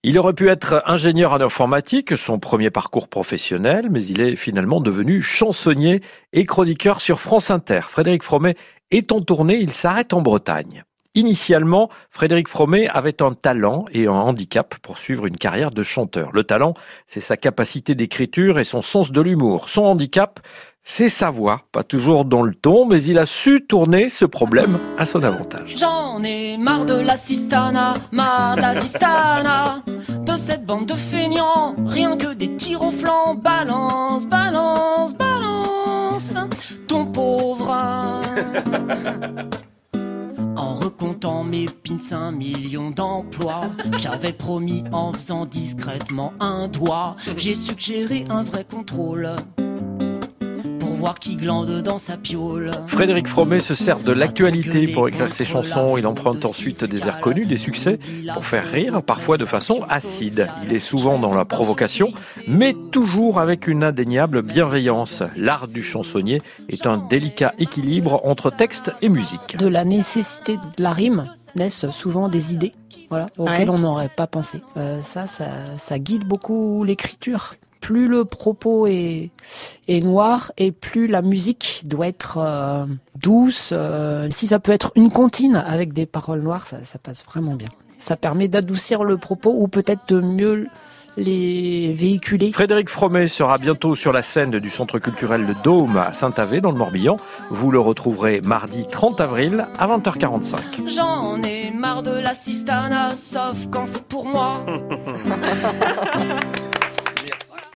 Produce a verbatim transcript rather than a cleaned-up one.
Il aurait pu être ingénieur en informatique, son premier parcours professionnel, mais il est finalement devenu chansonnier et chroniqueur sur France Inter. Frédéric Fromet est en tournée, il s'arrête en Bretagne. Initialement, Frédéric Fromet avait un talent et un handicap pour suivre une carrière de chanteur. Le talent, c'est sa capacité d'écriture et son sens de l'humour. Son handicap, c'est sa voix, pas toujours dans le ton, mais il a su tourner ce problème à son avantage. J'en ai marre de l'assistana, marre de l'assistana, de cette bande de feignants, rien que des tirs au flanc. Balance, balance, balance, ton pauvre. En recomptant mes pins, un million d'emplois, j'avais promis en faisant discrètement un doigt. J'ai suggéré un vrai contrôle pour voir qui glande dans sa piole. Frédéric Fromet se sert de l'actualité pour écrire ses chansons. Il emprunte ensuite des airs connus, des succès, pour faire rire, parfois de façon acide. Il est souvent dans la provocation, mais toujours avec une indéniable bienveillance. L'art du chansonnier est un délicat équilibre entre texte et musique. De la nécessité de la rime naissent souvent des idées, voilà, auxquelles ouais. on n'aurait pas pensé. Euh, ça, ça, ça guide beaucoup l'écriture. Plus le propos est, est noir et plus la musique doit être euh, douce. Euh, si ça peut être une comptine avec des paroles noires, ça, ça passe vraiment bien. Ça permet d'adoucir le propos ou peut-être de mieux les véhiculer. Frédéric Fromet sera bientôt sur la scène du Centre culturel Le Dôme à Saint-Avé dans le Morbihan. Vous le retrouverez mardi trente avril à vingt heures quarante-cinq. J'en ai marre de l'assistana, sauf quand c'est pour moi.